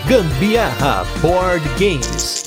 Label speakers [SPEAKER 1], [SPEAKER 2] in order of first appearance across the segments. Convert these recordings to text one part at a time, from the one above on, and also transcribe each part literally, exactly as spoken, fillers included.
[SPEAKER 1] Gambiarra Board Games.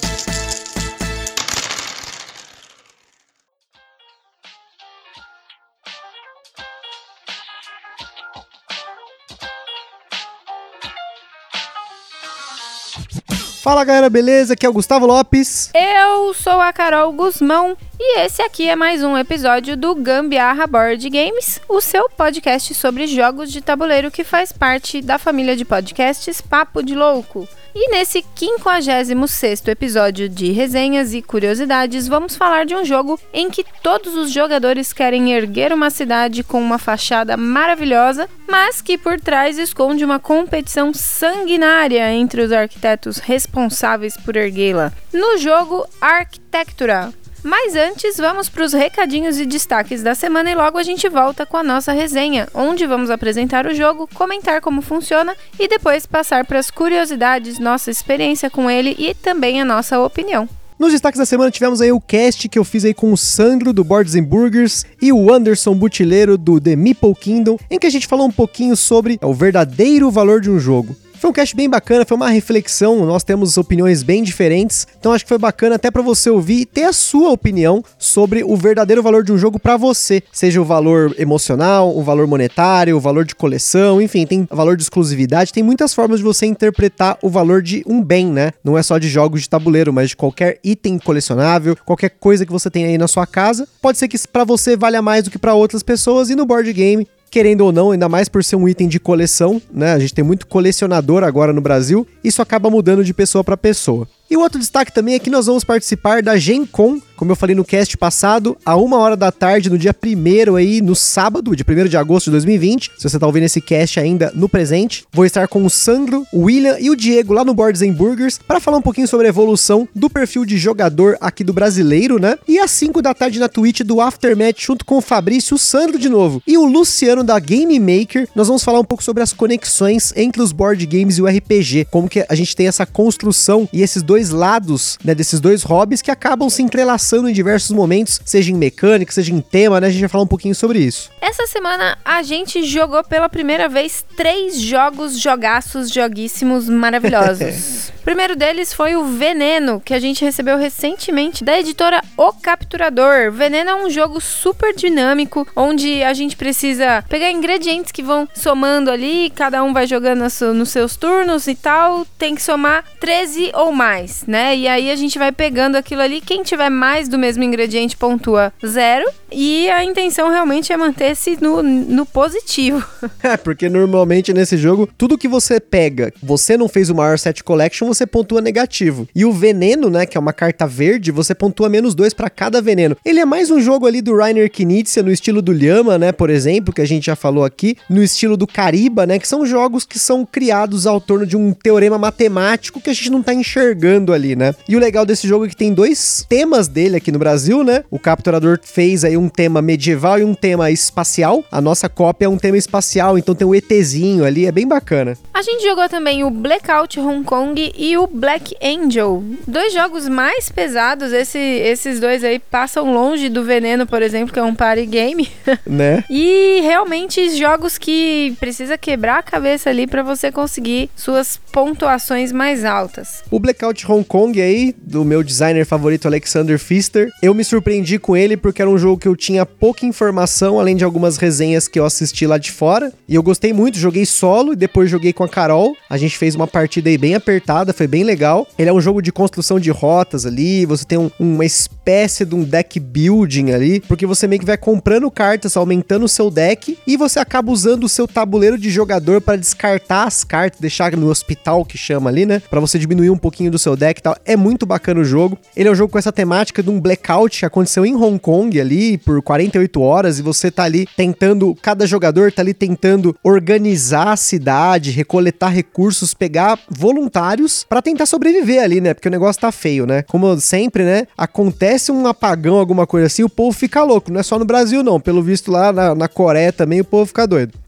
[SPEAKER 2] Fala galera, beleza? Aqui é o Gustavo Lopes.
[SPEAKER 3] Eu sou a Carol Guzmão e esse aqui é mais um episódio do Gambiarra Board Games, o seu podcast sobre jogos de tabuleiro que faz parte da família de podcasts Papo de Louco. E nesse quinquagésimo sexto episódio de resenhas e curiosidades, vamos falar de um jogo em que todos os jogadores querem erguer uma cidade com uma fachada maravilhosa, mas que por trás esconde uma competição sanguinária entre os arquitetos responsáveis por erguê-la. No jogo Arquitectura. Mas antes, vamos para os recadinhos e destaques da semana e logo a gente volta com a nossa resenha, onde vamos apresentar o jogo, comentar como funciona e depois passar para as curiosidades, nossa experiência com ele e também a nossa opinião.
[SPEAKER 2] Nos destaques da semana tivemos aí o cast que eu fiz aí com o Sandro do Boards and Burgers e o Anderson Butileiro do The Meeple Kingdom, em que a gente falou um pouquinho sobre o verdadeiro valor de um jogo. Foi um cast bem bacana, foi uma reflexão, nós temos opiniões bem diferentes, então acho que foi bacana até pra você ouvir e ter a sua opinião sobre o verdadeiro valor de um jogo pra você, seja o valor emocional, o valor monetário, o valor de coleção, enfim, tem valor de exclusividade, tem muitas formas de você interpretar o valor de um bem, né? Não é só de jogos de tabuleiro, mas de qualquer item colecionável, qualquer coisa que você tem aí na sua casa, pode ser que pra você valha mais do que pra outras pessoas e no board game, querendo ou não, ainda mais por ser um item de coleção, né? A gente tem muito colecionador agora no Brasil, isso acaba mudando de pessoa para pessoa. E o outro destaque também é que nós vamos participar da Gen Con, como eu falei no cast passado, a uma hora da tarde, no dia primeiro aí, no sábado, dia primeiro de agosto de dois mil e vinte. Se você tá ouvindo esse cast ainda no presente, vou estar com o Sandro, o William e o Diego lá no Boards and Burgers para falar um pouquinho sobre a evolução do perfil de jogador aqui do brasileiro, né? E às cinco da tarde na Twitch do Aftermath, junto com o Fabrício, o Sandro de novo e o Luciano da Game Maker, nós vamos falar um pouco sobre as conexões entre os board games e o R P G, como que a gente tem essa construção e esses dois lados, né, desses dois hobbies que acabam se entrelaçando em diversos momentos, seja em mecânica, seja em tema, né, a gente vai falar um pouquinho sobre isso.
[SPEAKER 3] Essa semana a gente jogou pela primeira vez três jogos jogaços, joguíssimos, maravilhosos. O primeiro deles foi o Veneno, que a gente recebeu recentemente da editora O Capturador. Veneno é um jogo super dinâmico, onde a gente precisa pegar ingredientes que vão somando ali, cada um vai jogando nos seus turnos e tal, tem que somar treze ou mais, né? E aí a gente vai pegando aquilo ali, quem tiver mais do mesmo ingrediente pontua zero, e a intenção realmente é manter-se no, no positivo.
[SPEAKER 2] É, porque normalmente nesse jogo, tudo que você pega, você não fez o maior set collection, você pontua negativo. E o Veneno, né, que é uma carta verde, você pontua menos dois pra cada veneno. Ele é mais um jogo ali do Rainer Knizia, no estilo do Lhama, né, por exemplo, que a gente já falou aqui, no estilo do Cariba, né, que são jogos que são criados ao torno de um teorema matemático que a gente não tá enxergando ali, né. E o legal desse jogo é que tem dois temas dele aqui no Brasil, né, o Capturador fez aí um tema medieval e um tema espacial, a nossa cópia é um tema espacial, então tem o ETzinho ali, é bem bacana.
[SPEAKER 3] A gente jogou também o Blackout Hong Kong e o Black Angel, dois jogos mais pesados, esse, esses dois aí passam longe do Veneno, por exemplo, que é um party game,
[SPEAKER 2] né?
[SPEAKER 3] E realmente jogos que precisa quebrar a cabeça ali pra você conseguir suas pontuações mais altas.
[SPEAKER 2] O Blackout Hong Kong aí, do meu designer favorito Alexander Pfister, eu me surpreendi com ele porque era um jogo que eu tinha pouca informação, além de algumas resenhas que eu assisti lá de fora, e eu gostei muito, joguei solo e depois joguei com a Carol, a gente fez uma partida aí bem apertada, foi bem legal. Ele é um jogo de construção de rotas ali, você tem um, uma espécie de um deck building ali, porque você meio que vai comprando cartas, aumentando o seu deck, e você acaba usando o seu tabuleiro de jogador para descartar as cartas, deixar no hospital, que chama ali, né, para você diminuir um pouquinho do seu deck e tal. É muito bacana o jogo. Ele é um jogo com essa temática de um blackout que aconteceu em Hong Kong ali, por quarenta e oito horas, e você tá ali tentando, cada jogador tá ali tentando organizar a cidade, recoletar recursos, pegar voluntários para tentar sobreviver ali, né? Porque o negócio tá feio, né? Como sempre, né? Acontece um apagão, alguma coisa assim, o povo fica louco. Não é só no Brasil, não. Pelo visto lá na, na Coreia também, o povo fica doido.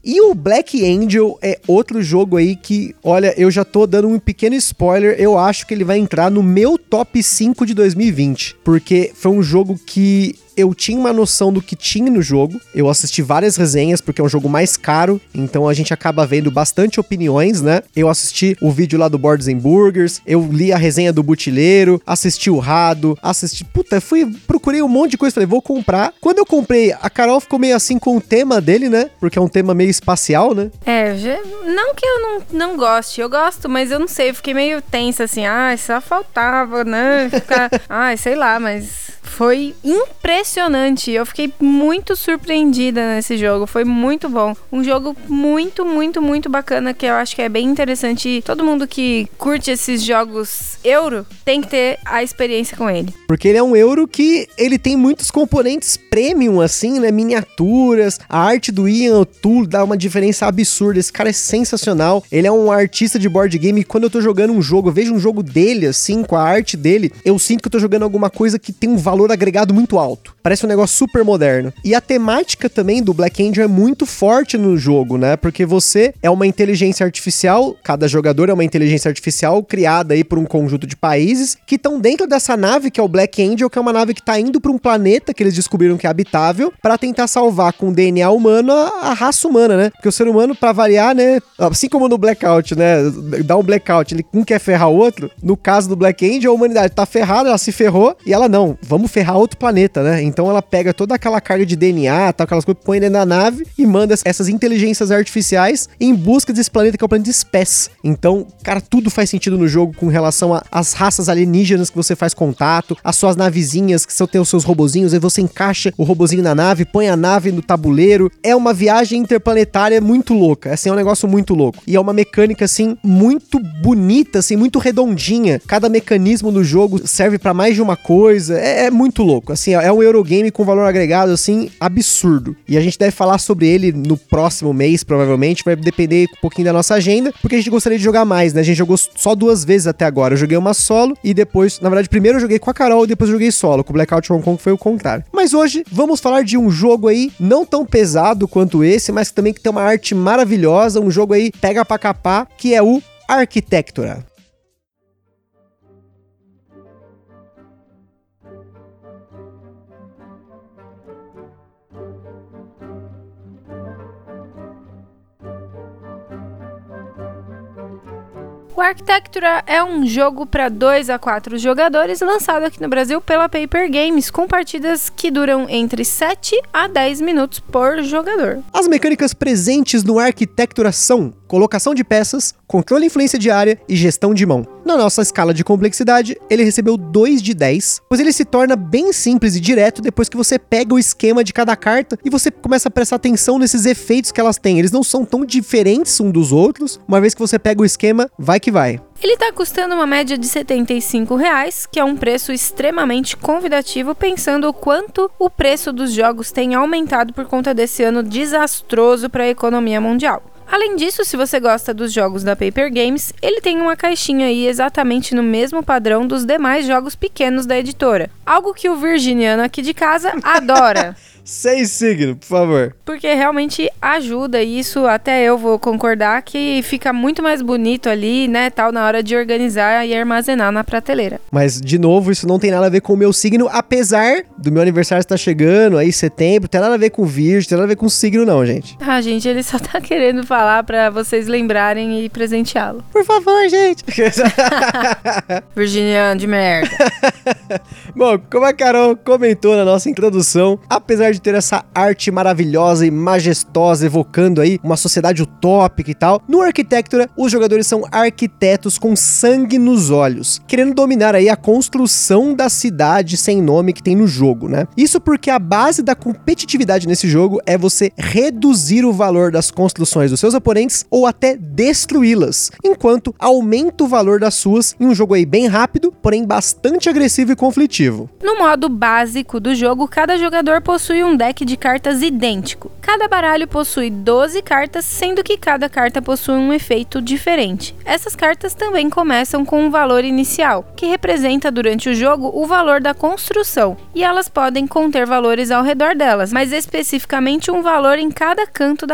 [SPEAKER 2] E o Black Angel é outro jogo aí que, olha, eu já tô dando um pequeno spoiler, eu acho que ele vai entrar no meu top cinco de dois mil e vinte, porque foi um jogo que eu tinha uma noção do que tinha no jogo, eu assisti várias resenhas, porque é um jogo mais caro, então a gente acaba vendo bastante opiniões, né? Eu assisti o vídeo lá do Boards and Burgers, eu li a resenha do Butileiro, assisti o Rado, assisti... Puta, fui, procurei um monte de coisa, falei, vou comprar. Quando eu comprei, a Carol ficou meio assim com o tema dele, né? Porque é um tema meio espacial, né?
[SPEAKER 3] É, já, não que eu não, não goste, eu gosto, mas eu não sei, eu fiquei meio tensa, assim, ah, só faltava, né? Ficar, ai, sei lá, mas... Foi impressionante, eu fiquei muito surpreendida nesse jogo, foi muito bom. Um jogo muito, muito, muito bacana, que eu acho que é bem interessante. Todo mundo que curte esses jogos euro tem que ter a experiência com ele.
[SPEAKER 2] Porque ele é um euro que ele tem muitos componentes premium, assim, né? Miniaturas, a arte do Ian O'Toole dá uma diferença absurda. Esse cara é sensacional, ele é um artista de board game e quando eu tô jogando um jogo, eu vejo um jogo dele, assim, com a arte dele, eu sinto que eu tô jogando alguma coisa que tem um valor valor agregado muito alto. Parece um negócio super moderno. E a temática também do Black Angel é muito forte no jogo, né? Porque você é uma inteligência artificial, cada jogador é uma inteligência artificial criada aí por um conjunto de países que estão dentro dessa nave que é o Black Angel, que é uma nave que tá indo para um planeta que eles descobriram que é habitável para tentar salvar com o D N A humano a, a raça humana, né? Porque o ser humano, para variar, né? Assim como no Blackout, né? Dá um blackout, ele um quer ferrar o outro. No caso do Black Angel, a humanidade tá ferrada, ela se ferrou e ela não, vamos ferrar outro planeta, né? Então ela pega toda aquela carga de D N A, tal, aquelas coisas, põe dentro da nave e manda essas inteligências artificiais em busca desse planeta que é o planeta Spess. Então, cara, tudo faz sentido no jogo com relação às raças alienígenas que você faz contato, as suas navezinhas que são tem os seus robozinhos, aí você encaixa o robozinho na nave, põe a nave no tabuleiro. É uma viagem interplanetária muito louca, assim, é um negócio muito louco. E é uma mecânica, assim, muito bonita, assim, muito redondinha. Cada mecanismo do jogo serve pra mais de uma coisa, é, é muito louco, assim, é um Eurogame com valor agregado, assim, absurdo. E a gente deve falar sobre ele no próximo mês, provavelmente, vai depender um pouquinho da nossa agenda, porque a gente gostaria de jogar mais, né? A gente jogou só duas vezes até agora. Eu joguei uma solo e depois, na verdade, primeiro eu joguei com a Carol e depois eu joguei solo. Com o Blackout Hong Kong foi o contrário. Mas hoje, vamos falar de um jogo aí, não tão pesado quanto esse, mas também que tem uma arte maravilhosa, um jogo aí, pega pra capar, que é o Architectura.
[SPEAKER 3] O Architectura é um jogo para dois a quatro jogadores lançado aqui no Brasil pela Paper Games, com partidas que duram entre sete a dez minutos por jogador.
[SPEAKER 2] As mecânicas presentes no Architectura são colocação de peças, controle e influência de área e gestão de mão. Na nossa escala de complexidade, ele recebeu dois de dez, pois ele se torna bem simples e direto depois que você pega o esquema de cada carta e você começa a prestar atenção nesses efeitos que elas têm. Eles não são tão diferentes um dos outros, uma vez que você pega o esquema, vai que vai.
[SPEAKER 3] Ele tá custando uma média de setenta e cinco reais, que é um preço extremamente convidativo, pensando o quanto o preço dos jogos tem aumentado por conta desse ano desastroso para a economia mundial. Além disso, se você gosta dos jogos da Paper Games, ele tem uma caixinha aí exatamente no mesmo padrão dos demais jogos pequenos da editora. Algo que o virginiano aqui de casa adora.
[SPEAKER 2] Seis signos, por favor.
[SPEAKER 3] Porque realmente ajuda, e isso até eu vou concordar que fica muito mais bonito ali, né, tal, na hora de organizar e armazenar na prateleira.
[SPEAKER 2] Mas, de novo, isso não tem nada a ver com o meu signo, apesar do meu aniversário estar chegando, aí setembro, tem nada a ver com virgem, tem nada a ver com signo não, gente.
[SPEAKER 3] Ah, gente, ele só tá querendo falar pra vocês lembrarem e presenteá-lo.
[SPEAKER 2] Por favor, gente.
[SPEAKER 3] Virginiano de merda.
[SPEAKER 2] Bom, como a Carol comentou na nossa introdução, apesar de ter essa arte maravilhosa e majestosa, evocando aí uma sociedade utópica e tal, no Architectura, os jogadores são arquitetos com sangue nos olhos, querendo dominar aí a construção da cidade sem nome que tem no jogo, né? Isso porque a base da competitividade nesse jogo é você reduzir o valor das construções dos seus oponentes ou até destruí-las, enquanto aumenta o valor das suas em um jogo aí bem rápido, porém bastante agressivo e conflitivo.
[SPEAKER 3] No modo básico do jogo, cada jogador possui um deck de cartas idêntico. Cada baralho possui doze cartas, sendo que cada carta possui um efeito diferente. Essas cartas também começam com um valor inicial, que representa durante o jogo o valor da construção, e elas podem conter valores ao redor delas, mas especificamente um valor em cada canto da carta.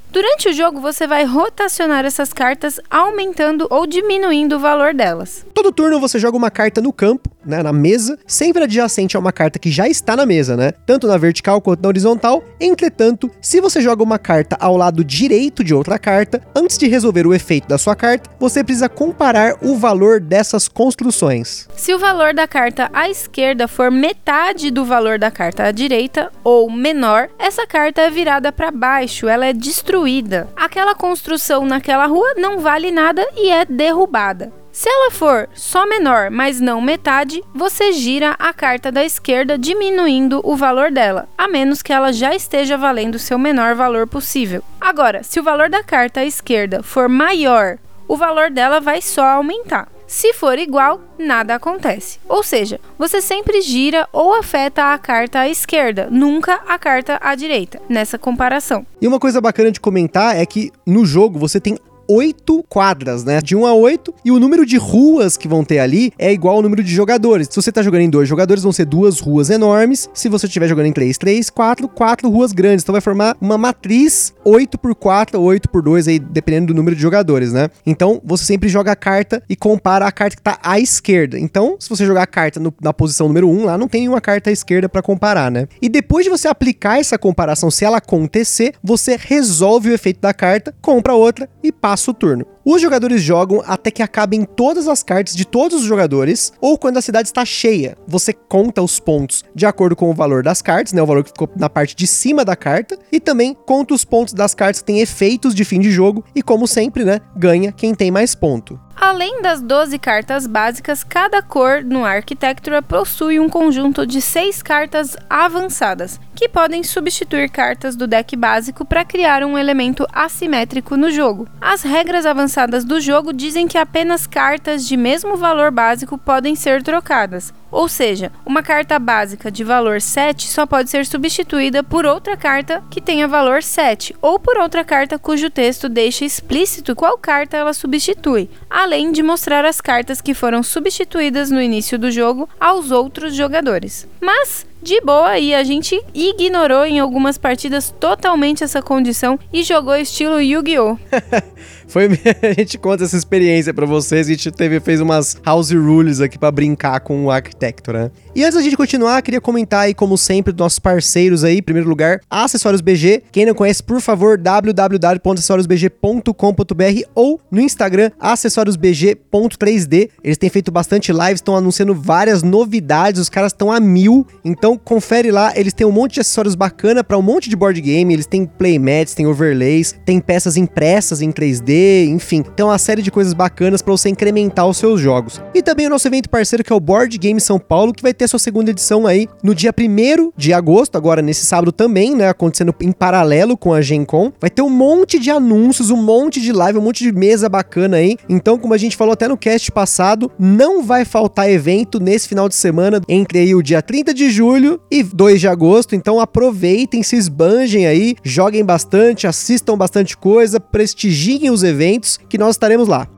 [SPEAKER 3] Durante o jogo, você vai rotacionar essas cartas, aumentando ou diminuindo o valor delas.
[SPEAKER 2] Todo turno você joga uma carta no campo, né, na mesa, sempre adjacente a uma carta que já está na mesa, né? Tanto na vertical quanto na horizontal. Entretanto, se você joga uma carta ao lado direito de outra carta, antes de resolver o efeito da sua carta, você precisa comparar o valor dessas construções.
[SPEAKER 3] Se o valor da carta à esquerda for metade do valor da carta à direita, ou menor, essa carta é virada para baixo, ela é destruída. Aquela construção naquela rua não vale nada e é derrubada. Se ela for só menor, mas não metade, você gira a carta da esquerda diminuindo o valor dela, a menos que ela já esteja valendo seu menor valor possível. Agora, se o valor da carta à esquerda for maior, o valor dela vai só aumentar. Se for igual, nada acontece. Ou seja, você sempre gira ou afeta a carta à esquerda, nunca a carta à direita, nessa comparação.
[SPEAKER 2] E uma coisa bacana de comentar é que no jogo você tem oito quadras, né? De um a oito, e o número de ruas que vão ter ali é igual ao número de jogadores. Se você tá jogando em dois jogadores, vão ser duas ruas enormes. Se você estiver jogando em três, três, quatro, quatro ruas grandes. Então vai formar uma matriz oito por quatro ou oito por dois, aí, dependendo do número de jogadores, né? Então você sempre joga a carta e compara a carta que tá à esquerda. Então, se você jogar a carta no, na posição número um, lá não tem uma carta à esquerda pra comparar, né? E depois de você aplicar essa comparação, se ela acontecer, você resolve o efeito da carta, compra outra e passa o turno. Os jogadores jogam até que acabem todas as cartas de todos os jogadores, ou quando a cidade está cheia. Você conta os pontos de acordo com o valor das cartas, né, o valor que ficou na parte de cima da carta, e também conta os pontos das cartas que têm efeitos de fim de jogo, e como sempre, né, ganha quem tem mais ponto.
[SPEAKER 3] Além das doze cartas básicas, cada cor no Architectura possui um conjunto de seis cartas avançadas, que podem substituir cartas do deck básico para criar um elemento assimétrico no jogo. As regras avançadas do jogo dizem que apenas cartas de mesmo valor básico podem ser trocadas. Ou seja, uma carta básica de valor sete só pode ser substituída por outra carta que tenha valor sete, ou por outra carta cujo texto deixa explícito qual carta ela substitui, além de mostrar as cartas que foram substituídas no início do jogo aos outros jogadores. Mas, de boa, e a gente ignorou em algumas partidas totalmente essa condição e jogou estilo Yu-Gi-Oh!
[SPEAKER 2] Foi, a gente conta essa experiência pra vocês, a gente teve, fez umas house rules aqui pra brincar com o Architectura, né? E antes da gente continuar, queria comentar aí, como sempre, dos nossos parceiros aí, em primeiro lugar, Acessórios B G. Quem não conhece, por favor, w w w ponto acessórios b g ponto com ponto b r ou no Instagram, acessórios b g ponto três d. Eles têm feito bastante lives, estão anunciando várias novidades, os caras estão a mil, então confere lá, eles têm um monte de acessórios bacana pra um monte de board game, eles têm playmats, têm overlays, tem peças impressas em três D, enfim, tem uma série de coisas bacanas pra você incrementar os seus jogos. E também o nosso evento parceiro, que é o Board Game São Paulo, que vai ter sua segunda edição aí no dia primeiro de agosto, agora nesse sábado também, né, acontecendo em paralelo com a Gen Con. Vai ter um monte de anúncios, um monte de live, um monte de mesa bacana aí. Então, como a gente falou até no cast passado, não vai faltar evento nesse final de semana, entre aí o dia trinta de julho e dois de agosto. Então aproveitem, se esbanjem aí, joguem bastante, assistam bastante coisa, prestigiem os eventos, que nós estaremos lá.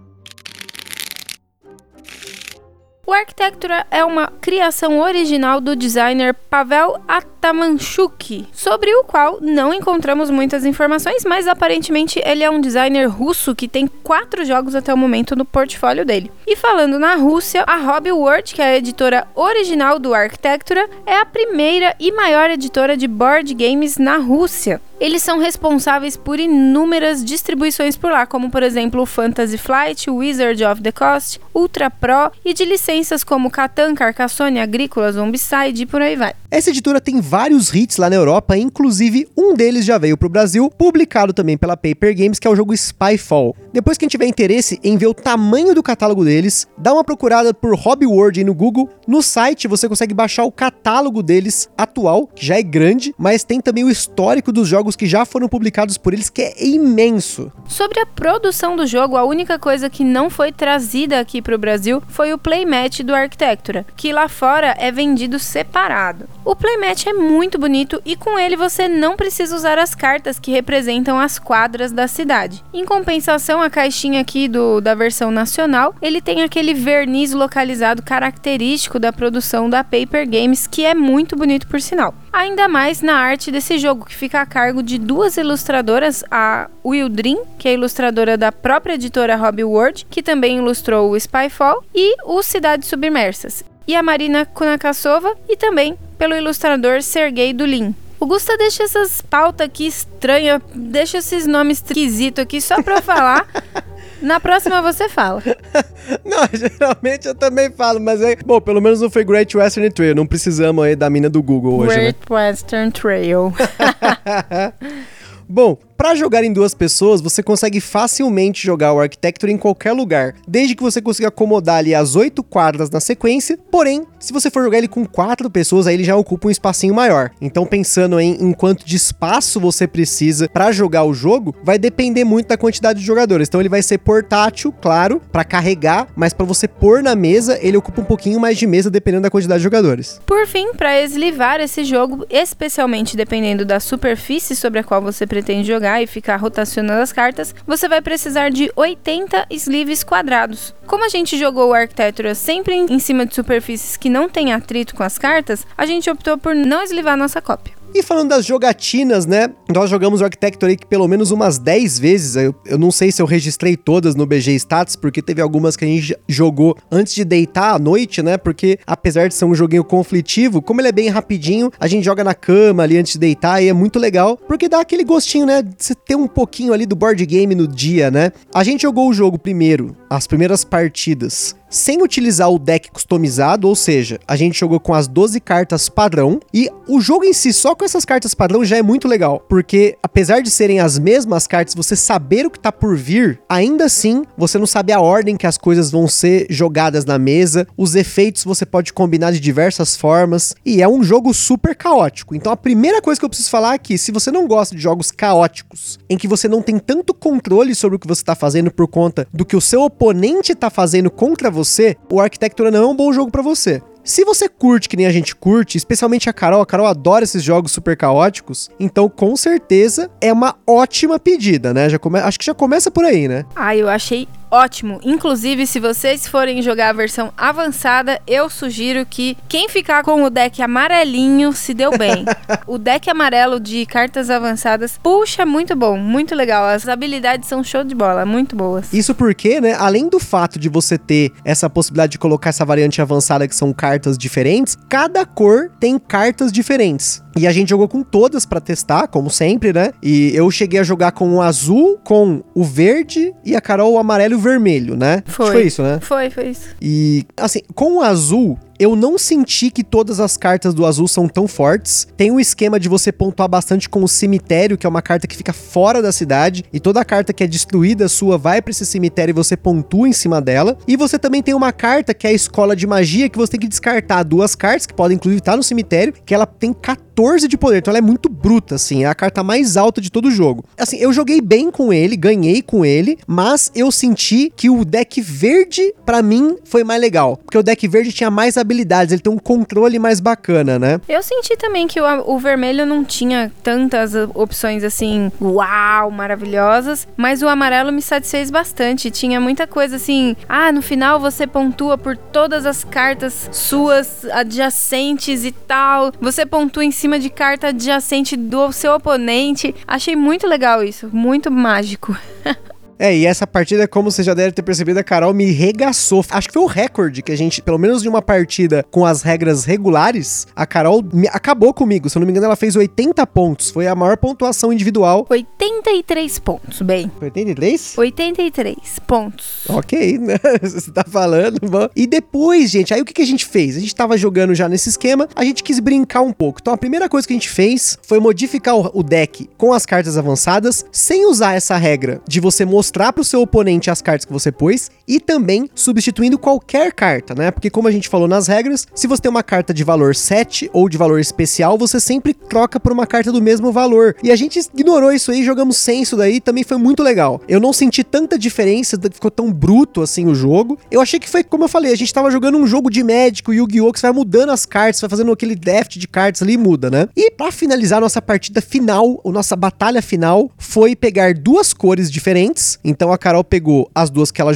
[SPEAKER 3] O Architectura é uma criação original do designer Pavel Atamanchuk, sobre o qual não encontramos muitas informações, mas aparentemente ele é um designer russo que tem quatro jogos até o momento no portfólio dele. E falando na Rússia, a Hobby World, que é a editora original do Architectura, é a primeira e maior editora de board games na Rússia. Eles são responsáveis por inúmeras distribuições por lá, como por exemplo Fantasy Flight, Wizard of the Coast, Ultra Pro e de licenças como Catan, Carcassonne, Agrícola, Zombicide e por aí vai.
[SPEAKER 2] Essa editora tem vários hits lá na Europa, inclusive um deles já veio pro Brasil, publicado também pela Paper Games, que é o jogo Spyfall. Depois, quem tiver interesse em ver o tamanho do catálogo deles, dá uma procurada por Hobby World aí no Google. No site você consegue baixar o catálogo deles atual, que já é grande, mas tem também o histórico dos jogos que já foram publicados por eles, que é imenso.
[SPEAKER 3] Sobre a produção do jogo, a única coisa que não foi trazida aqui pro Brasil foi o playmat do Architectura, que lá fora é vendido separado. O playmat é muito bonito e com ele você não precisa usar as cartas que representam as quadras da cidade. Em compensação, a caixinha aqui do, da versão nacional, ele tem aquele verniz localizado característico da produção da Paper Games, que é muito bonito por sinal. ainda mais na arte desse jogo, que fica a cargo de duas ilustradoras, a Wildream, que é a ilustradora da própria editora Hobby World, que também ilustrou o Spyfall, e o Cidades Submersas, e a Marina Kunakasova, e também pelo ilustrador Sergei Dulin. O Gusta deixa essas pautas aqui estranhas, deixa esses nomes esquisitos aqui só pra eu falar. Na próxima você fala.
[SPEAKER 2] Não, geralmente eu também falo, mas é... Bom, pelo menos não foi Great Western Trail, não precisamos aí da mina do Google hoje,
[SPEAKER 3] Great
[SPEAKER 2] né?
[SPEAKER 3] Western Trail.
[SPEAKER 2] Bom, para jogar em duas pessoas, você consegue facilmente jogar o Architecture em qualquer lugar, desde que você consiga acomodar ali as oito quadras na sequência. Porém, se você for jogar ele com quatro pessoas, aí ele já ocupa um espacinho maior. Então, pensando em, em quanto de espaço você precisa para jogar o jogo, vai depender muito da quantidade de jogadores. Então, ele vai ser portátil, claro, para carregar, mas para você pôr na mesa, ele ocupa um pouquinho mais de mesa, dependendo da quantidade de jogadores.
[SPEAKER 3] Por fim, para eslivar esse jogo, especialmente dependendo da superfície sobre a qual você pretende jogar e ficar rotacionando as cartas, você vai precisar de oitenta sleeves quadrados. Como a gente jogou o Architectura sempre em cima de superfícies que não tem atrito com as cartas, a gente optou por não eslivar nossa cópia.
[SPEAKER 2] E falando das jogatinas, né? Nós jogamos o Architecture que pelo menos umas dez vezes. Eu, eu não sei se eu registrei todas no B G Stats, porque teve algumas que a gente jogou antes de deitar à noite, né? Porque apesar de ser um joguinho conflitivo, como ele é bem rapidinho, a gente joga na cama ali antes de deitar e é muito legal, porque dá aquele gostinho, né? De você ter um pouquinho ali do board game no dia, né? A gente jogou o jogo primeiro, as primeiras partidas, sem utilizar o deck customizado, ou seja, a gente jogou com as doze cartas padrão, e o jogo em si, só com essas cartas padrão, já é muito legal, porque apesar de serem as mesmas cartas, você saber o que tá por vir, ainda assim, você não sabe a ordem que as coisas vão ser jogadas na mesa, os efeitos você pode combinar de diversas formas, e é um jogo super caótico. Então a primeira coisa que eu preciso falar aqui, se você não gosta de jogos caóticos, em que você não tem tanto controle sobre o que você tá fazendo por conta do que o seu oponente tá fazendo contra você, você, o Architectura não é um bom jogo pra você. Se você curte que nem a gente curte, especialmente a Carol, a Carol adora esses jogos super caóticos, então com certeza é uma ótima pedida, né? Já come... Acho que já começa por aí, né?
[SPEAKER 3] Ah, eu achei ótimo. Inclusive, se vocês forem jogar a versão avançada, eu sugiro que quem ficar com o deck amarelinho se deu bem. O deck amarelo de cartas avançadas, puxa, muito bom, muito legal. As habilidades são show de bola, muito boas.
[SPEAKER 2] Isso porque, né, além do fato de você ter essa possibilidade de colocar essa variante avançada que são cartas diferentes, cada cor tem cartas diferentes. E a gente jogou com todas pra testar, como sempre, né? E eu cheguei a jogar com o azul, com o verde e a Carol o amarelo e o vermelho, né?
[SPEAKER 3] Foi.
[SPEAKER 2] Acho que foi isso, né?
[SPEAKER 3] Foi, foi isso.
[SPEAKER 2] E, assim, com o azul, eu não senti que todas as cartas do azul são tão fortes. Tem um esquema de você pontuar bastante com o cemitério, que é uma carta que fica fora da cidade, e toda carta que é destruída sua vai pra esse cemitério e você pontua em cima dela. E você também tem uma carta que é a escola de magia, que você tem que descartar duas cartas, que podem inclusive estar no cemitério, que ela tem quatorze de poder, então ela é muito bruta, assim, é a carta mais alta de todo o jogo. Assim, eu joguei bem com ele, ganhei com ele, mas eu senti que o deck verde, pra mim, foi mais legal, porque o deck verde tinha mais habilidades, ele tem um controle mais bacana, né?
[SPEAKER 3] Eu senti também que o, o vermelho não tinha tantas opções, assim, uau, maravilhosas, mas o amarelo me satisfez bastante, tinha muita coisa, assim, ah, no final você pontua por todas as cartas suas adjacentes e tal, você pontua em cima de carta adjacente do seu oponente. Achei muito legal isso, muito mágico.
[SPEAKER 2] É, e essa partida, como você já deve ter percebido, a Carol me regaçou. Acho que foi o recorde que a gente, pelo menos de uma partida com as regras regulares, a Carol me... acabou comigo. Se eu não me engano, ela fez oitenta pontos. Foi a maior pontuação individual.
[SPEAKER 3] oitenta e três pontos, bem.
[SPEAKER 2] oitenta e três?
[SPEAKER 3] oitenta e três pontos.
[SPEAKER 2] Ok, né? Você tá falando, bom. E depois, gente, aí o que, que a gente fez? A gente tava jogando já nesse esquema, a gente quis brincar um pouco. Então a primeira coisa que a gente fez foi modificar o, o deck com as cartas avançadas, sem usar essa regra de você mostrar mostrar pro seu oponente as cartas que você pôs e também substituindo qualquer carta, né? Porque como a gente falou nas regras, se você tem uma carta de valor sete ou de valor especial, você sempre troca por uma carta do mesmo valor. E a gente ignorou isso aí, jogamos sem isso daí, também foi muito legal. Eu não senti tanta diferença, ficou tão bruto assim o jogo. Eu achei que foi, como eu falei, a gente tava jogando um jogo de Magic, o Yu-Gi-Oh! Que você vai mudando as cartas, vai fazendo aquele draft de cartas ali e muda, né? E pra finalizar a nossa partida final, a nossa batalha final, foi pegar duas cores diferentes. Então a Carol pegou as duas que ela jogou, que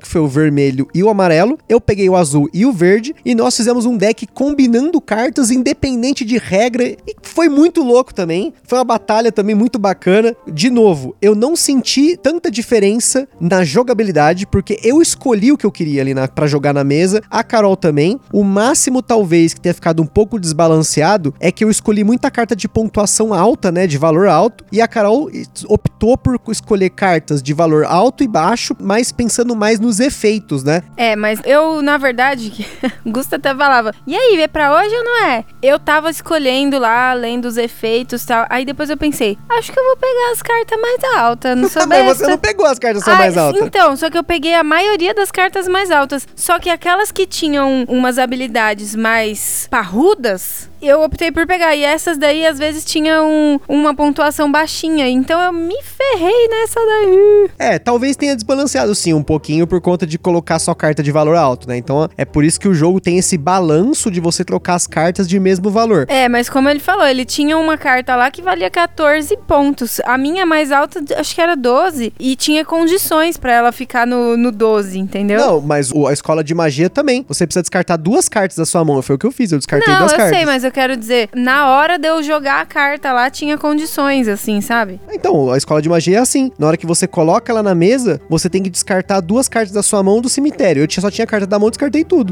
[SPEAKER 2] que foi o vermelho e o amarelo. Eu peguei o azul e o verde. E nós fizemos um deck combinando cartas independente de regra. E foi muito louco também. Foi uma batalha também muito bacana. De novo, eu não senti tanta diferença na jogabilidade, porque eu escolhi o que eu queria ali na, pra jogar na mesa. A Carol também. O máximo, talvez, que tenha ficado um pouco desbalanceado é que eu escolhi muita carta de pontuação alta, né? De valor alto. E a Carol optou por escolher cartas de valor alto e baixo, mas pensando mais nos efeitos, né?
[SPEAKER 3] É, mas eu, na verdade, o Gusto até falava, e aí, é pra hoje ou não é? Eu tava escolhendo lá, lendo os efeitos e tal, aí depois eu pensei, acho que eu vou pegar as cartas mais altas, não sou
[SPEAKER 2] Mas
[SPEAKER 3] besta.
[SPEAKER 2] você não pegou as cartas só
[SPEAKER 3] ah,
[SPEAKER 2] mais altas.
[SPEAKER 3] Então, só que eu peguei a maioria das cartas mais altas, só que aquelas que tinham umas habilidades mais parrudas, eu optei por pegar, e essas daí às vezes tinham uma pontuação baixinha, então eu me ferrei nessa daí.
[SPEAKER 2] É, talvez tenha desbalanceado sim um pouquinho por conta de colocar só carta de valor alto, né? Então é por isso que o jogo tem esse balanço de você trocar as cartas de mesmo valor.
[SPEAKER 3] É, mas como ele falou, ele tinha uma carta lá que valia quatorze pontos. A minha mais alta, acho que era doze, e tinha condições pra ela ficar no, no doze, entendeu?
[SPEAKER 2] Não, mas o, a escola de magia também. Você precisa descartar duas cartas da sua mão. Foi o que eu fiz, eu descartei
[SPEAKER 3] Não,
[SPEAKER 2] duas
[SPEAKER 3] eu
[SPEAKER 2] cartas.
[SPEAKER 3] sei, mas eu quero dizer, na hora de eu jogar a carta lá, tinha condições, assim, sabe?
[SPEAKER 2] Então, a escola de magia é assim. Na hora que você coloca ela na mesa, você tem que descartar duas cartas da sua mão do cemitério. Eu tinha, só tinha carta da mão, descartei tudo.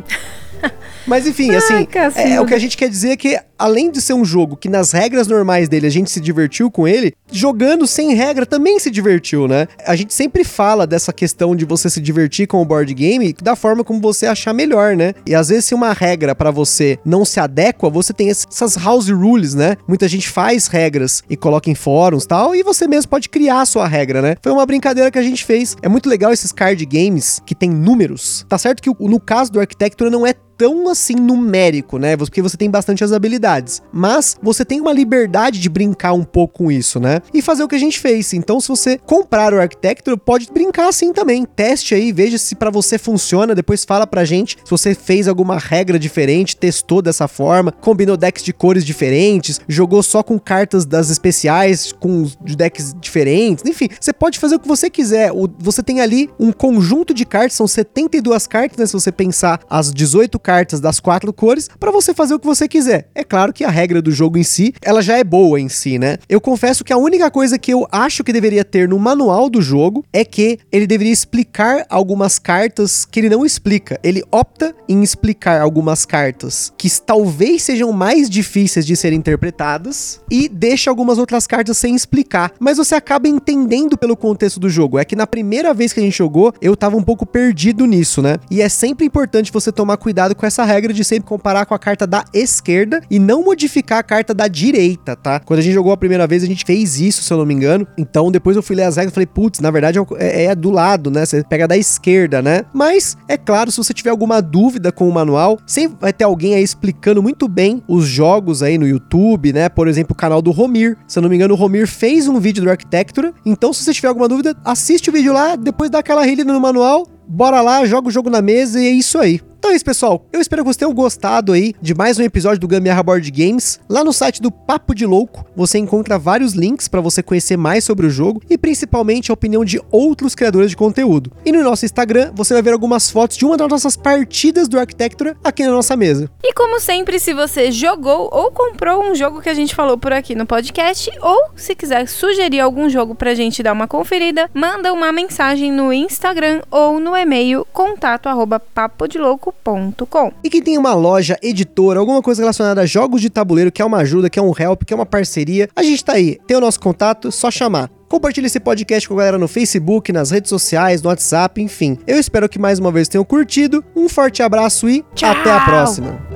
[SPEAKER 2] Mas enfim,
[SPEAKER 3] Ai,
[SPEAKER 2] assim,
[SPEAKER 3] cacilda.
[SPEAKER 2] é, o que a gente quer dizer é que, além de ser um jogo que nas regras normais dele a gente se divertiu com ele, jogando sem regra também se divertiu, né? A gente sempre fala dessa questão de você se divertir com o board game da forma como você achar melhor, né? E às vezes se uma regra pra você não se adequa, você tem essas house rules, né? Muita gente faz regras e coloca em fóruns e tal, e você mesmo pode criar a sua regra, né? Foi uma brincadeira que a gente fez. É muito legal esses card games que tem números. Tá certo que no caso do Arquitectura não é tão assim numérico, né? Porque você tem bastante as habilidades. Mas você tem uma liberdade de brincar um pouco com isso, né? E fazer o que a gente fez. Então, se você comprar o Architecture, pode brincar assim também. Teste aí, veja se pra você funciona. Depois fala pra gente se você fez alguma regra diferente, testou dessa forma, combinou decks de cores diferentes, jogou só com cartas das especiais, com decks diferentes. Enfim, você pode fazer o que você quiser. O, você tem ali um conjunto de cartas, são setenta e duas cartas, né? Se você pensar as dezoito cartas das quatro cores, pra você fazer o que você quiser. É claro que a regra do jogo em si, ela já é boa em si, né? Eu confesso que a única coisa que eu acho que deveria ter no manual do jogo é que ele deveria explicar algumas cartas que ele não explica. Ele opta em explicar algumas cartas que talvez sejam mais difíceis de serem interpretadas e deixa algumas outras cartas sem explicar. Mas você acaba entendendo pelo contexto do jogo. É que na primeira vez que a gente jogou, eu tava um pouco perdido nisso, né? E é sempre importante você tomar cuidado com essa regra de sempre comparar com a carta da esquerda e não modificar a carta da direita, tá? Quando a gente jogou a primeira vez, a gente fez isso, se eu não me engano. Então, depois eu fui ler as regras e falei, putz, na verdade é, é do lado, né? Você pega da esquerda, né? Mas, é claro, se você tiver alguma dúvida com o manual, sempre vai ter alguém aí explicando muito bem os jogos aí no YouTube, né? Por exemplo, o canal do Romir. Se eu não me engano, o Romir fez um vídeo do Arquitectura. Então, se você tiver alguma dúvida, assiste o vídeo lá, depois dá aquela relida no manual, bora lá, joga o jogo na mesa e é isso aí. Então é isso, pessoal. Eu espero que vocês tenham gostado aí de mais um episódio do Gambiarra Board Games. Lá no site do Papo de Louco, você encontra vários links para você conhecer mais sobre o jogo e principalmente a opinião de outros criadores de conteúdo. E no nosso Instagram, você vai ver algumas fotos de uma das nossas partidas do Arquitectura aqui na nossa mesa.
[SPEAKER 3] E como sempre, se você jogou ou comprou um jogo que a gente falou por aqui no podcast, ou se quiser sugerir algum jogo pra gente dar uma conferida, manda uma mensagem no Instagram ou no e-mail contato arroba papodelouco ponto com.
[SPEAKER 2] E quem tem uma loja, editora, alguma coisa relacionada a jogos de tabuleiro, que é uma ajuda, que é um help, que é uma parceria, a gente tá aí. Tem o nosso contato, só chamar. Compartilhe esse podcast com a galera no Facebook, nas redes sociais, no WhatsApp, enfim. Eu espero que mais uma vez tenham curtido. Um forte abraço e
[SPEAKER 3] Tchau.
[SPEAKER 2] Até a próxima.